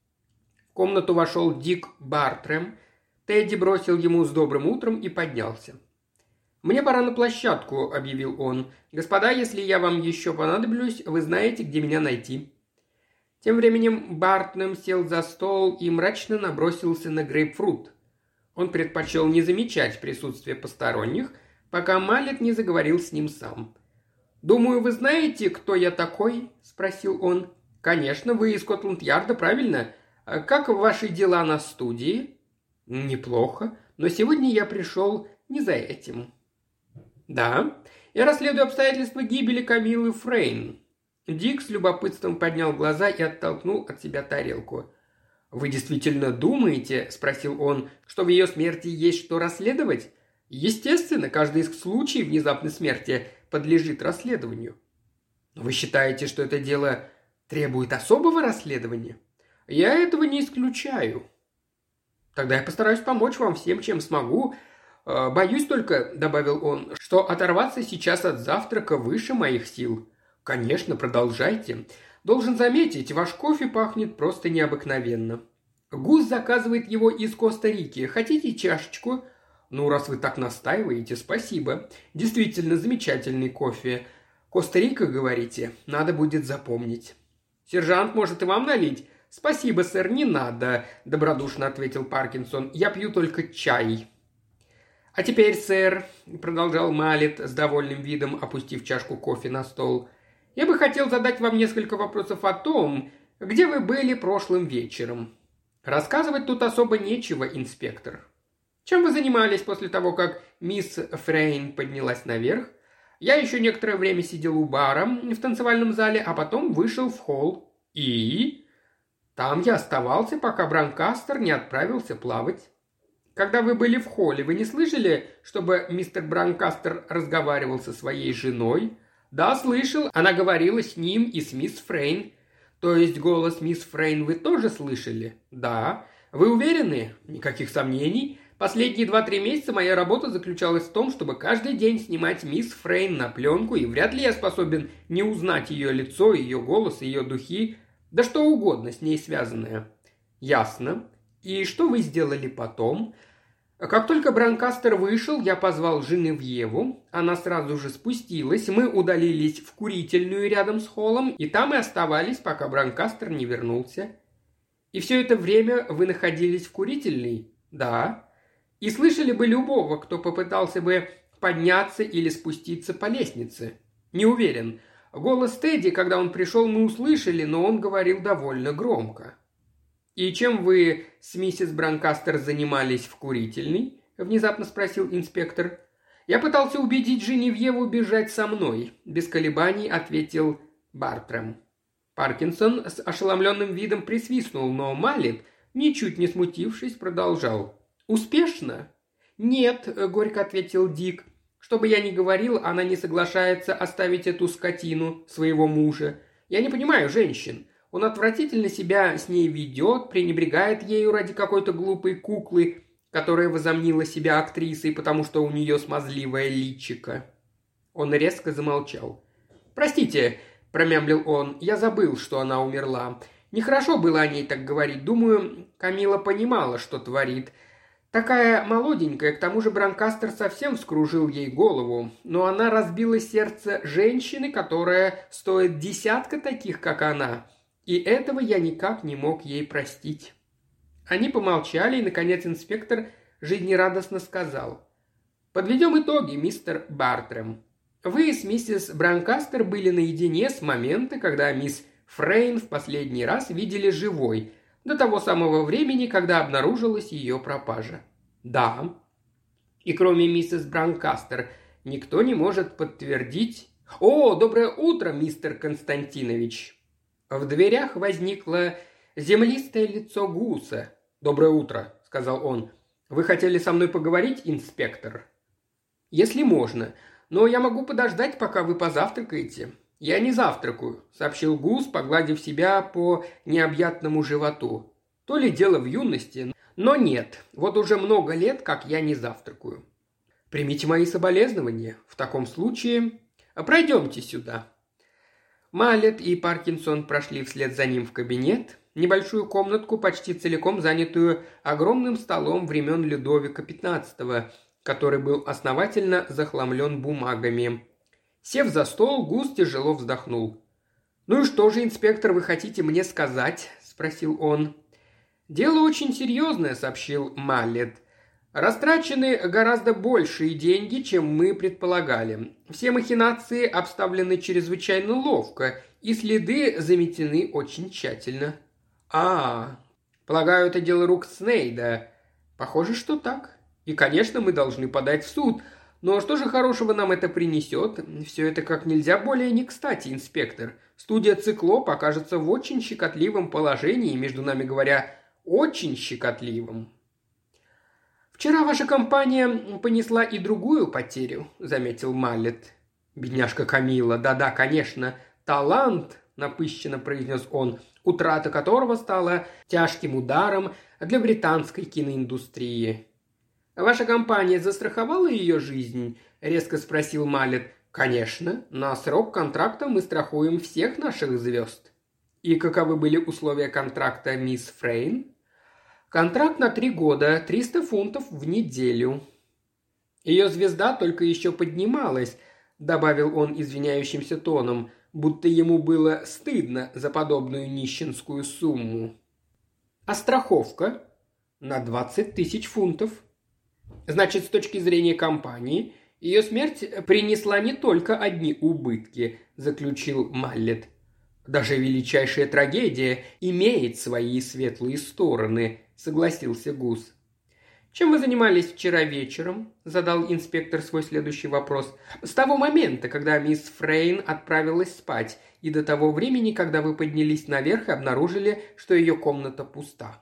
В комнату вошел Дик Бартрэм. Тедди бросил ему с добрым утром и поднялся. «Мне пора на площадку», – объявил он. «Господа, если я вам еще понадоблюсь, вы знаете, где меня найти». Тем временем Бартрэм сел за стол и мрачно набросился на грейпфрут. Он предпочел не замечать присутствие посторонних, пока Малет не заговорил с ним сам. «Думаю, вы знаете, кто я такой?» – спросил он. «Конечно, вы из Скотланд-Ярда, правильно? Как ваши дела на студии?» «Неплохо, но сегодня я пришел не за этим». «Да, я расследую обстоятельства гибели Камиллы Фрейн». Дик с любопытством поднял глаза и оттолкнул от себя тарелку. «Вы действительно думаете, – спросил он, – что в ее смерти есть что расследовать? Естественно, каждый из случаев внезапной смерти подлежит расследованию». «Но вы считаете, что это дело требует особого расследования?» «Я этого не исключаю». «Тогда я постараюсь помочь вам всем, чем смогу. Боюсь только, – добавил он, – что оторваться сейчас от завтрака выше моих сил». «Конечно, продолжайте. Должен заметить, ваш кофе пахнет просто необыкновенно. Гус заказывает его из Коста-Рики. Хотите чашечку?» «Ну, раз вы так настаиваете, спасибо. Действительно замечательный кофе. Коста-Рика, говорите? Надо будет запомнить». «Сержант, может и вам налить?» «Спасибо, сэр, не надо», – добродушно ответил Паркинсон. «Я пью только чай». «А теперь, сэр», – продолжал Малет с довольным видом, опустив чашку кофе на стол, – «я бы хотел задать вам несколько вопросов о том, где вы были прошлым вечером». «Рассказывать тут особо нечего, инспектор». «Чем вы занимались после того, как мисс Фрейн поднялась наверх?» «Я еще некоторое время сидел у бара в танцевальном зале, а потом вышел в холл». «И?» «Там я оставался, пока Бранкастер не отправился плавать». «Когда вы были в холле, вы не слышали, чтобы мистер Бранкастер разговаривал со своей женой?» «Да, слышал. Она говорила с ним и с мисс Фрейн». «То есть голос мисс Фрейн вы тоже слышали?» «Да». «Вы уверены?» «Никаких сомнений. Последние 2-3 месяца моя работа заключалась в том, чтобы каждый день снимать мисс Фрейн на пленку, и вряд ли я способен не узнать ее лицо, ее голос, ее духи, да что угодно с ней связанное». «Ясно. И что вы сделали потом?» «Как только Бранкастер вышел, я позвал Женевьеву. Она сразу же спустилась. Мы удалились в курительную рядом с холлом, и там и оставались, пока Бранкастер не вернулся». «И все это время вы находились в курительной?» «Да». «И слышали бы любого, кто попытался бы подняться или спуститься по лестнице?» «Не уверен. Голос Тедди, когда он пришел, мы услышали, но он говорил довольно громко». «И чем вы с миссис Бранкастер занимались в курительной?» – внезапно спросил инспектор. «Я пытался убедить Женевьеву бежать со мной», – без колебаний ответил Бартрэм. Паркинсон с ошеломленным видом присвистнул, но Малет, ничуть не смутившись, продолжал. «Успешно?» «Нет», – горько ответил Дик. «Что бы я ни говорил, она не соглашается оставить эту скотину, своего мужа. Я не понимаю женщин. Он отвратительно себя с ней ведет, пренебрегает ею ради какой-то глупой куклы, которая возомнила себя актрисой, потому что у нее смазливое личико». Он резко замолчал. «Простите», – промямлил он, – «я забыл, что она умерла. Нехорошо было о ней так говорить. Думаю, Камила понимала, что творит. Такая молоденькая, к тому же Бранкастер совсем вскружил ей голову, но она разбила сердце женщины, которая стоит десятка таких, как она, и этого я никак не мог ей простить». Они помолчали, и, наконец, инспектор жизнерадостно сказал: «Подведем итоги, мистер Бартрем. Вы с миссис Бранкастер были наедине с момента, когда мисс Фрейн в последний раз видели живой, до того самого времени, когда обнаружилась ее пропажа». «Да». «И кроме миссис Бранкастер никто не может подтвердить...» «О, доброе утро, мистер Константинович!» В дверях возникло землистое лицо Гуса. «Доброе утро», — сказал он. «Вы хотели со мной поговорить, инспектор?» «Если можно. Но я могу подождать, пока вы позавтракаете». «Я не завтракаю», — сообщил Гус, погладив себя по необъятному животу. «То ли дело в юности, но нет. Вот уже много лет, как я не завтракаю». «Примите мои соболезнования. В таком случае пройдемте сюда». Маллет и Паркинсон прошли вслед за ним в кабинет, небольшую комнатку, почти целиком занятую огромным столом времен Людовика XV, который был основательно захламлен бумагами. Сев за стол, Гус тяжело вздохнул. «Ну и что же, инспектор, вы хотите мне сказать?» – спросил он. «Дело очень серьезное», – сообщил Маллет. «Растрачены гораздо большие деньги, чем мы предполагали. Все махинации обставлены чрезвычайно ловко, и следы заметены очень тщательно». Полагаю, это дело рук Снейда. Похоже, что так. И, конечно, мы должны подать в суд. Но что же хорошего нам это принесет? Все это как нельзя более не кстати, инспектор. Студия «Циклоп» окажется в очень щекотливом положении, между нами говоря, очень щекотливом. «Вчера ваша компания понесла и другую потерю», — заметил Маллет. «Бедняжка Камила, да-да, конечно. Талант», — напыщенно произнес он, утрата которого стала тяжким ударом для британской киноиндустрии. «Ваша компания застраховала ее жизнь?» – резко спросил Маллет. «Конечно. На срок контракта мы страхуем всех наших звезд». «И каковы были условия контракта, мисс Фрейн?» «Контракт на 3 года, 300 фунтов в неделю». «Ее звезда только еще поднималась», – добавил он извиняющимся тоном, будто ему было стыдно за подобную нищенскую сумму. «А страховка?» «На 20 тысяч фунтов». «Значит, с точки зрения компании, ее смерть принесла не только одни убытки», – заключил Маллет. «Даже величайшая трагедия имеет свои светлые стороны», – согласился Гус. «Чем вы занимались вчера вечером?» – задал инспектор свой следующий вопрос. «С того момента, когда мисс Фрейн отправилась спать, и до того времени, когда вы поднялись наверх и обнаружили, что ее комната пуста».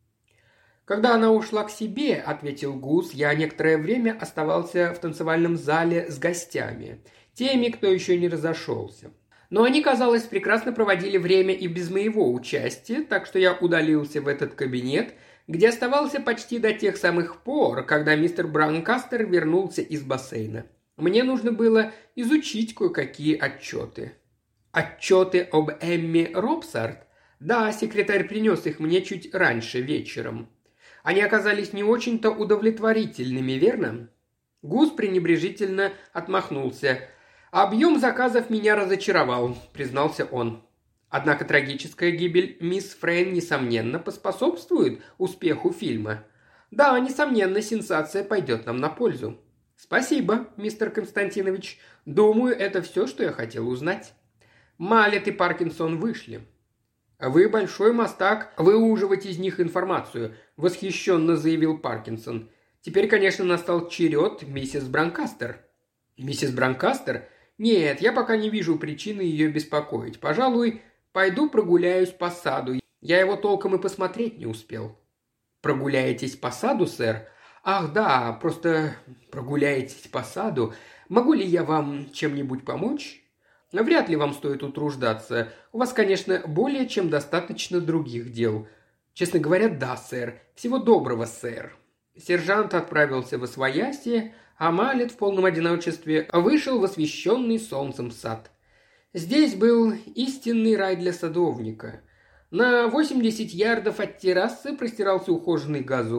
«Когда она ушла к себе, — ответил Гус, — я некоторое время оставался в танцевальном зале с гостями, теми, кто еще не разошелся. Но они, казалось, прекрасно проводили время и без моего участия, так что я удалился в этот кабинет, где оставался почти до тех самых пор, когда мистер Бранкастер вернулся из бассейна. Мне нужно было изучить кое-какие отчеты». «Отчеты об Эмми Робсарт?» «Да, секретарь принес их мне чуть раньше вечером». «Они оказались не очень-то удовлетворительными, верно?» Гус пренебрежительно отмахнулся. «Объем заказов меня разочаровал», – признался он. «Однако трагическая гибель мисс Фрейн, несомненно, поспособствует успеху фильма. Да, несомненно, сенсация пойдет нам на пользу». «Спасибо, мистер Константинович. Думаю, это все, что я хотел узнать». Маллет и Паркинсон вышли. «Вы большой мастак выуживать из них информацию», – восхищенно заявил Паркинсон. «Теперь, конечно, настал черед миссис Бранкастер». «Миссис Бранкастер? Нет, я пока не вижу причины ее беспокоить. Пожалуй, пойду прогуляюсь по саду. Я его толком и посмотреть не успел». «Прогуляетесь по саду, сэр?» «Ах, да, просто прогуляетесь по саду. Могу ли я вам чем-нибудь помочь?» «Вряд ли вам стоит утруждаться. У вас, конечно, более чем достаточно других дел». «Честно говоря, да, сэр. Всего доброго, сэр». Сержант отправился во своясье, а Маллет в полном одиночестве вышел в освещенный солнцем сад. Здесь был истинный рай для садовника. На 80 ярдов от террасы простирался ухоженный газон,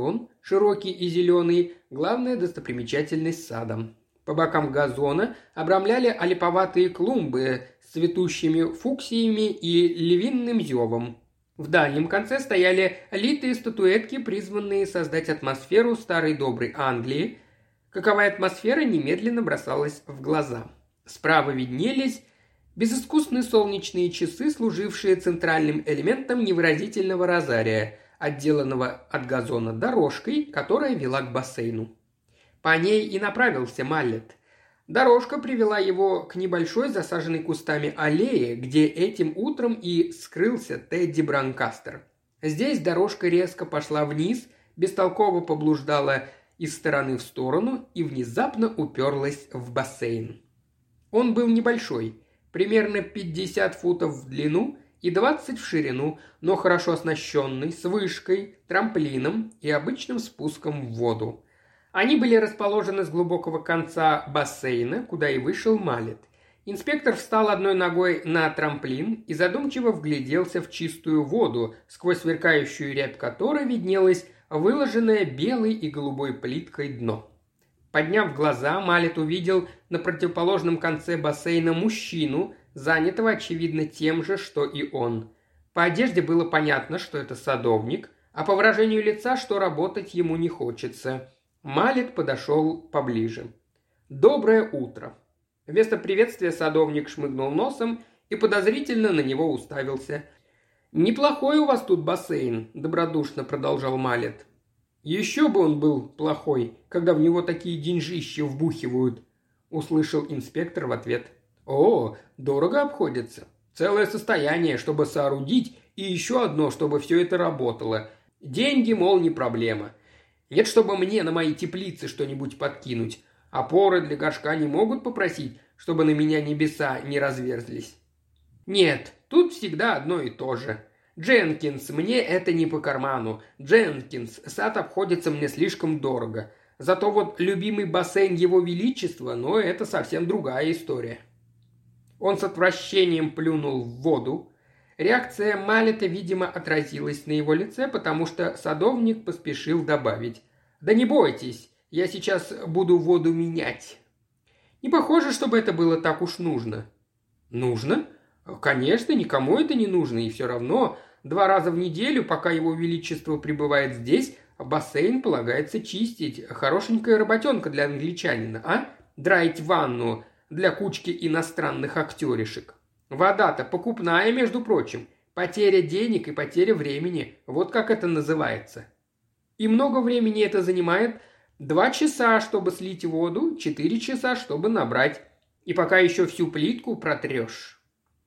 широкий и зеленый, главная достопримечательность сада. По бокам газона обрамляли олиповатые клумбы с цветущими фуксиями и львиным зевом. В дальнем конце стояли литые статуэтки, призванные создать атмосферу старой доброй Англии. Каковая атмосфера немедленно бросалась в глаза. Справа виднелись безыскусные солнечные часы, служившие центральным элементом невыразительного розария, отделанного от газона дорожкой, которая вела к бассейну. По ней и направился Маллет. Дорожка привела его к небольшой засаженной кустами аллее, где этим утром и скрылся Тедди Бранкастер. Здесь дорожка резко пошла вниз, бестолково поблуждала из стороны в сторону и внезапно уперлась в бассейн. Он был небольшой, примерно 50 футов в длину и 20 в ширину, но хорошо оснащенный, с вышкой, трамплином и обычным спуском в воду. Они были расположены с глубокого конца бассейна, куда и вышел Маллет. Инспектор встал одной ногой на трамплин и задумчиво вгляделся в чистую воду, сквозь сверкающую рябь которой виднелось выложенное белой и голубой плиткой дно. Подняв глаза, Маллет увидел на противоположном конце бассейна мужчину, занятого, очевидно, тем же, что и он. По одежде было понятно, что это садовник, а по выражению лица, что работать ему не хочется. Маллет подошел поближе. «Доброе утро!» Вместо приветствия садовник шмыгнул носом и подозрительно на него уставился. «Неплохой у вас тут бассейн», – добродушно продолжал Маллет. «Еще бы он был плохой, когда в него такие деньжища вбухивают», – услышал инспектор в ответ. «О, дорого обходится. Целое состояние, чтобы соорудить, и еще одно, чтобы все это работало. Деньги, мол, не проблема. Нет, чтобы мне на мои теплицы что-нибудь подкинуть. Опоры для горшка не могут попросить, чтобы на меня небеса не разверзлись. Нет, тут всегда одно и то же. Дженкинс, мне это не по карману. Дженкинс, сад обходится мне слишком дорого. Зато вот любимый бассейн Его Величества, но это совсем другая история». Он с отвращением плюнул в воду. Реакция Маллета, видимо, отразилась на его лице, потому что садовник поспешил добавить: «Да не бойтесь, я сейчас буду воду менять». Не похоже, чтобы это было так уж нужно. «Нужно? Конечно, никому это не нужно, и все равно 2 раза в неделю, пока Его Величество пребывает здесь, бассейн полагается чистить. Хорошенькая работенка для англичанина, а? Драить ванну для кучки иностранных актеришек. Вода-то покупная, между прочим. Потеря денег и потеря времени. Вот как это называется. И много времени это занимает. 2 часа, чтобы слить воду, 4 часа, чтобы набрать. И пока еще всю плитку протрешь.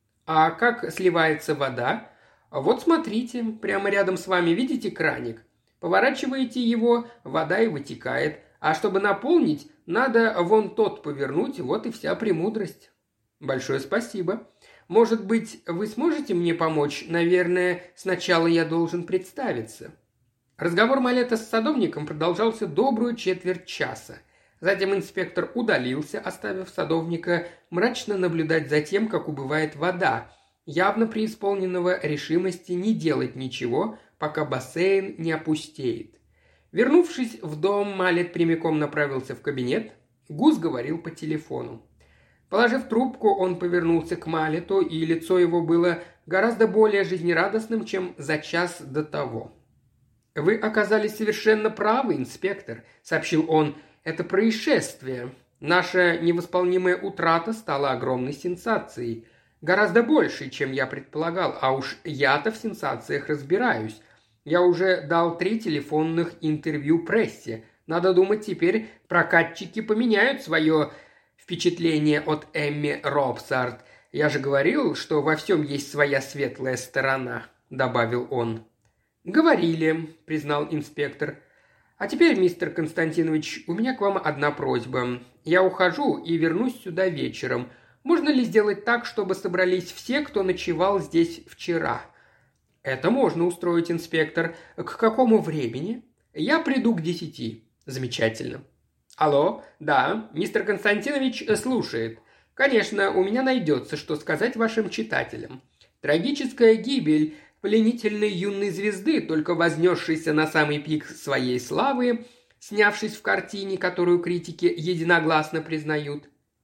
А как сливается вода? Вот смотрите, прямо рядом с вами видите краник? Поворачиваете его, вода и вытекает. А чтобы наполнить, надо вон тот повернуть, вот и вся премудрость. Большое спасибо. Может быть, вы сможете мне помочь? Наверное, сначала я должен представиться». Разговор Маллета с садовником продолжался добрую четверть часа. Затем инспектор удалился, оставив садовника мрачно наблюдать за тем, как убывает вода, явно преисполненного решимости не делать ничего, пока бассейн не опустеет. Вернувшись в дом, Маллет прямиком направился в кабинет. Гус говорил по телефону. Положив трубку, он повернулся к Маллету, и лицо его было гораздо более жизнерадостным, чем за час до того. «Вы оказались совершенно правы, инспектор», — сообщил он. «Это происшествие. Наша невосполнимая утрата стала огромной сенсацией. Гораздо большей, чем я предполагал, а уж я-то в сенсациях разбираюсь. Я уже дал 3 телефонных интервью прессе. Надо думать, теперь прокатчики поменяют свое впечатление от Эмми Робсарт. Я же говорил, что во всем есть своя светлая сторона», — добавил он. «Говорили», — признал инспектор. «А теперь, мистер Константинович, у меня к вам одна просьба. Я ухожу и вернусь сюда вечером. Можно ли сделать так, чтобы собрались все, кто ночевал здесь вчера?» «Это можно устроить, инспектор. К какому времени?» «Я приду к 10. «Замечательно». «Алло, да, мистер Константинович слушает. Конечно, у меня найдется, что сказать вашим читателям. Трагическая гибель пленительной юной звезды, только вознесшейся на самый пик своей славы, снявшись в картине, которую критики единогласно признают.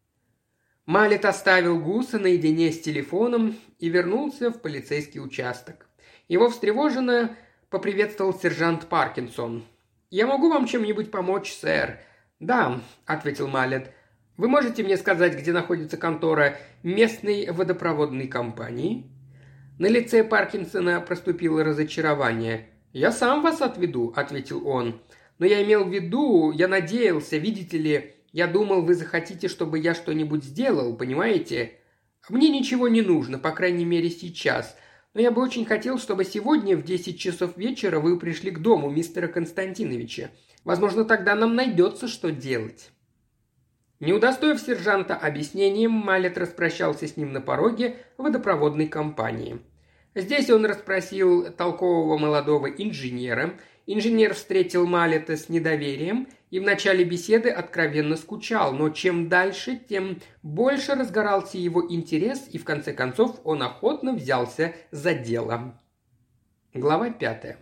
Малет оставил Гуса наедине с телефоном и вернулся в полицейский участок. Его встревоженно поприветствовал сержант Паркинсон. «Я могу вам чем-нибудь помочь, сэр?» «Да», — ответил Малет. «Вы можете мне сказать, где находится контора местной водопроводной компании?» На лице Паркинсона проступило разочарование. «Я сам вас отведу», — ответил он. «Но я имел в виду, я надеялся, видите ли, я думал, вы захотите, чтобы я что-нибудь сделал, понимаете? Мне ничего не нужно, по крайней мере сейчас, но я бы очень хотел, чтобы сегодня в 10 часов вечера вы пришли к дому мистера Константиновича. Возможно, тогда нам найдется, что делать». Не удостоив сержанта объяснением, Малет распрощался с ним на пороге водопроводной компании. Здесь он расспросил толкового молодого инженера. Инженер встретил Малета с недоверием и в начале беседы откровенно скучал, но чем дальше, тем больше разгорался его интерес, и в конце концов он охотно взялся за дело. Глава 5.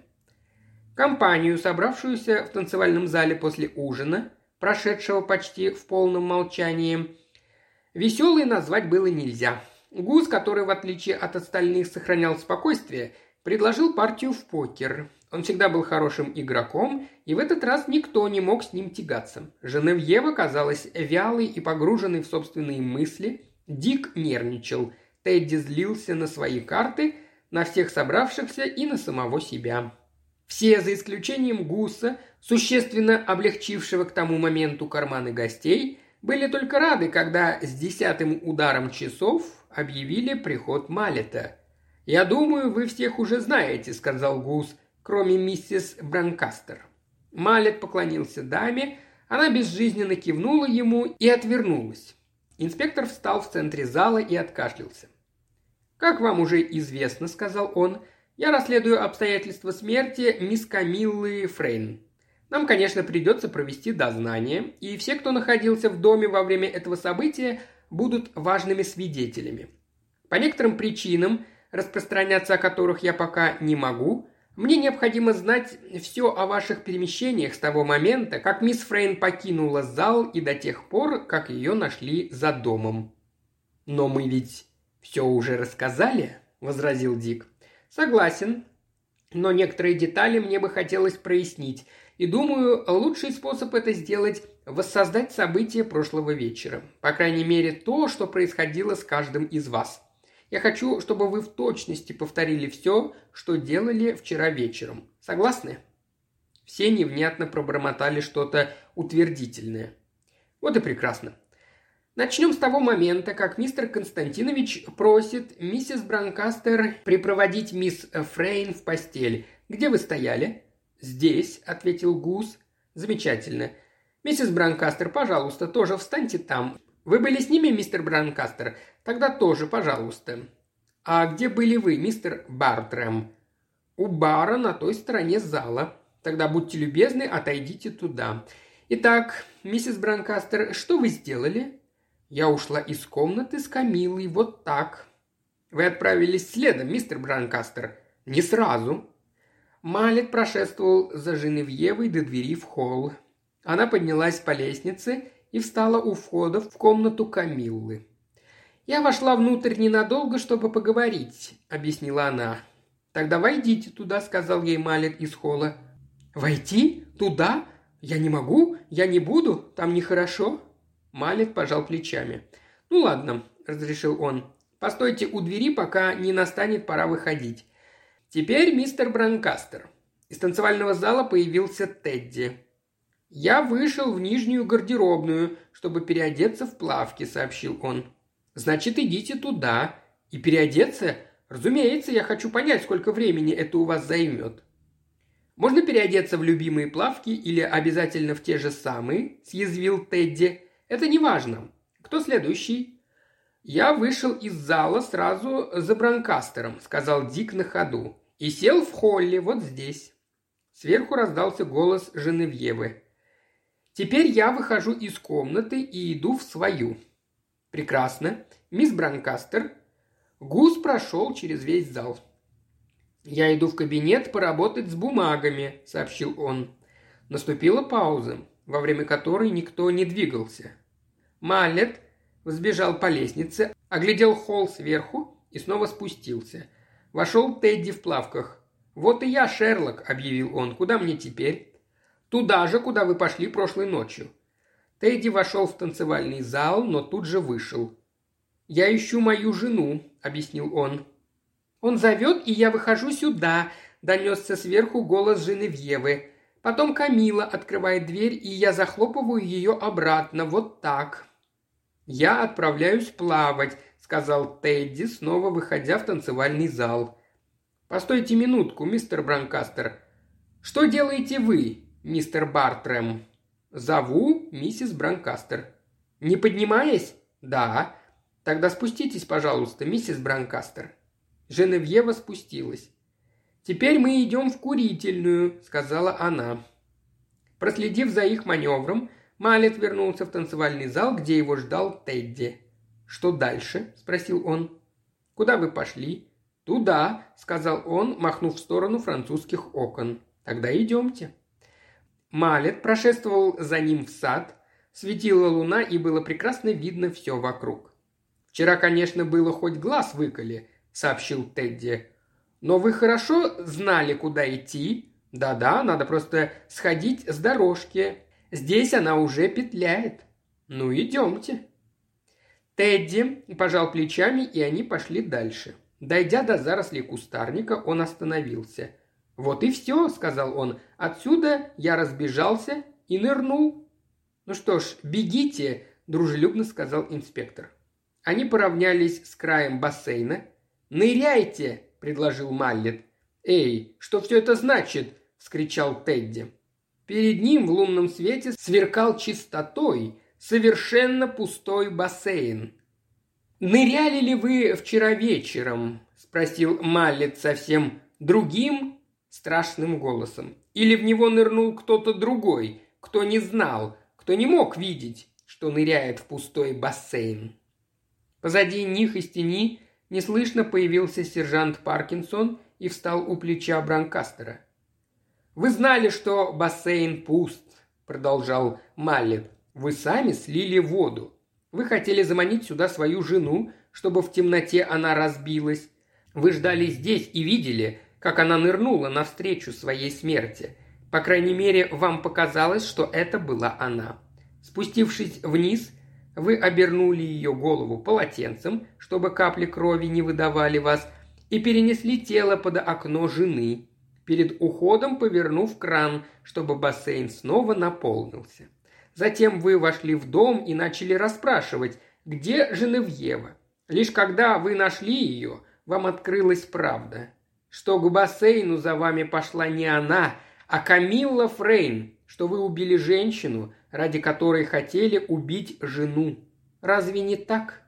Компанию, собравшуюся в танцевальном зале после ужина, прошедшего почти в полном молчании, веселой назвать было нельзя. Гус, который в отличие от остальных сохранял спокойствие, предложил партию в покер. Он всегда был хорошим игроком, и в этот раз никто не мог с ним тягаться. Женевьева казалась вялой и погруженной в собственные мысли. Дик нервничал. Тедди злился на свои карты, на всех собравшихся и на самого себя. Все, за исключением Гуса, существенно облегчившего к тому моменту карманы гостей, были только рады, когда с 10-м ударом часов объявили приход Малета. «Я думаю, вы всех уже знаете», — сказал Гус, кроме миссис Бранкастер. Малет поклонился даме, она безжизненно кивнула ему и отвернулась. Инспектор встал в центре зала и откашлялся. «Как вам уже известно», — сказал он, — «я расследую обстоятельства смерти мисс Камиллы Фрейн. Нам, конечно, придется провести дознание, и все, кто находился в доме во время этого события, будут важными свидетелями. По некоторым причинам, распространяться о которых я пока не могу, мне необходимо знать все о ваших перемещениях с того момента, как мисс Фрейн покинула зал и до тех пор, как ее нашли за домом». «Но мы ведь все уже рассказали», — возразил Дик. «Согласен, но некоторые детали мне бы хотелось прояснить, и думаю, лучший способ это сделать – воссоздать события прошлого вечера. По крайней мере, то, что происходило с каждым из вас. Я хочу, чтобы вы в точности повторили все, что делали вчера вечером. Согласны?» Все невнятно пробормотали что-то утвердительное. «Вот и прекрасно. Начнем с того момента, как мистер Константинович просит миссис Бранкастер припроводить мисс Фрейн в постель. Где вы стояли?» «Здесь», — ответил Гус. «Замечательно. Миссис Бранкастер, пожалуйста, тоже встаньте там. Вы были с ними, мистер Бранкастер? Тогда тоже, пожалуйста». «А где были вы, мистер Бартрэм?» «У бара на той стороне зала. Тогда будьте любезны, отойдите туда. Итак, миссис Бранкастер, что вы сделали?» «Я ушла из комнаты с Камиллой, вот так». «Вы отправились следом, мистер Бранкастер?» «Не сразу». Малет прошествовал за Женевьевой до двери в холл. Она поднялась по лестнице и встала у входа в комнату Камиллы. «Я вошла внутрь ненадолго, чтобы поговорить», — объяснила она. «Тогда войдите туда», — сказал ей Малет из холла. «Войти? Туда? Я не могу, я не буду, там нехорошо». Малет пожал плечами. «Ну ладно», — разрешил он. «Постойте у двери, пока не настанет пора выходить. Теперь мистер Бранкастер». Из танцевального зала появился Тедди. «Я вышел в нижнюю гардеробную, чтобы переодеться в плавки», — сообщил он. «Значит, идите туда. И переодеться? Разумеется, я хочу понять, сколько времени это у вас займет». «Можно переодеться в любимые плавки или обязательно в те же самые?» – съязвил Тедди. «Это не важно. Кто следующий?» «Я вышел из зала сразу за Бранкастером», – сказал Дик на ходу. «И сел в холле вот здесь». Сверху раздался голос Женевьевы. «Теперь я выхожу из комнаты и иду в свою». «Прекрасно. Мисс Бранкастер». Гус прошел через весь зал. «Я иду в кабинет поработать с бумагами», – сообщил он. Наступила пауза, во время которой никто не двигался. Маллет взбежал по лестнице, оглядел холл сверху и снова спустился. Вошел Тедди в плавках. «Вот и я, Шерлок», – объявил он. «Куда мне теперь?» «Туда же, куда вы пошли прошлой ночью». Тедди вошел в танцевальный зал, но тут же вышел. «Я ищу мою жену», – объяснил он. «Он зовет, и я выхожу сюда», – донесся сверху голос Женевьевы. «Потом Камила открывает дверь, и я захлопываю ее обратно, вот так». «Я отправляюсь плавать», – сказал Тедди, снова выходя в танцевальный зал. «Постойте минутку, мистер Бранкастер. Что делаете вы, мистер Бартрэм?» «Зову миссис Бранкастер». «Не поднимаясь?» «Да». «Тогда спуститесь, пожалуйста, миссис Бранкастер». Женевьева спустилась. «Теперь мы идем в курительную», – сказала она. Проследив за их маневром, Маллет вернулся в танцевальный зал, где его ждал Тедди. «Что дальше?» – спросил он. «Куда вы пошли?» «Туда», – сказал он, махнув в сторону французских окон. «Тогда идемте». Маллет прошествовал за ним в сад. Светила луна, и было прекрасно видно все вокруг. «Вчера, конечно, было хоть глаз выколи», – сообщил Тедди. «Но вы хорошо знали, куда идти?» «Да-да, надо просто сходить с дорожки. Здесь она уже петляет». «Ну, идемте». Тедди пожал плечами, и они пошли дальше. Дойдя до зарослей кустарника, он остановился. «Вот и все», – сказал он. «Отсюда я разбежался и нырнул». «Ну что ж, бегите», – дружелюбно сказал инспектор. Они поравнялись с краем бассейна. «Ныряйте!» – предложил Маллет. «Эй, что все это значит?» – вскричал Тедди. Перед ним в лунном свете сверкал чистотой совершенно пустой бассейн. «Ныряли ли вы вчера вечером?» – спросил Маллет совсем другим страшным голосом. «Или в него нырнул кто-то другой, кто не знал, кто не мог видеть, что ныряет в пустой бассейн?» Позади них из тени неслышно появился сержант Паркинсон и встал у плеча Бранкастера. «Вы знали, что бассейн пуст», – продолжал Маллет. «Вы сами слили воду. Вы хотели заманить сюда свою жену, чтобы в темноте она разбилась. Вы ждали здесь и видели, как она нырнула навстречу своей смерти. По крайней мере, вам показалось, что это была она. Спустившись вниз, вы обернули ее голову полотенцем, чтобы капли крови не выдавали вас, и перенесли тело под окно жены, перед уходом повернув кран, чтобы бассейн снова наполнился. Затем вы вошли в дом и начали расспрашивать, где Женевьева. Лишь когда вы нашли ее, вам открылась правда, что к бассейну за вами пошла не она, а Камилла Фрейн, что вы убили женщину, ради которой хотели убить жену. Разве не так?»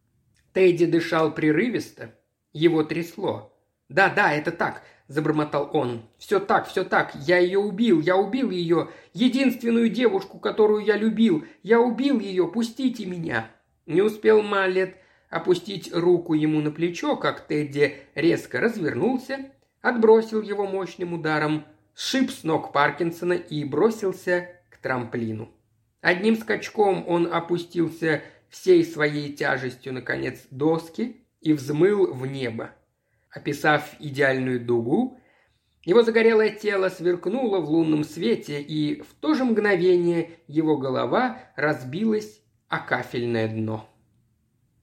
Тедди дышал прерывисто. Его трясло. «Да, это так», – забормотал он. Все так. Я ее убил, я убил ее. Единственную девушку, которую я любил. Я убил ее, пустите меня». Не успел Маллет опустить руку ему на плечо, как Тедди резко развернулся, отбросил его мощным ударом, сшиб с ног Паркинсона и бросился к трамплину. Одним скачком он опустился всей своей тяжестью на конец доски и взмыл в небо. Описав идеальную дугу, его загорелое тело сверкнуло в лунном свете, и в то же мгновение его голова разбилась о кафельное дно.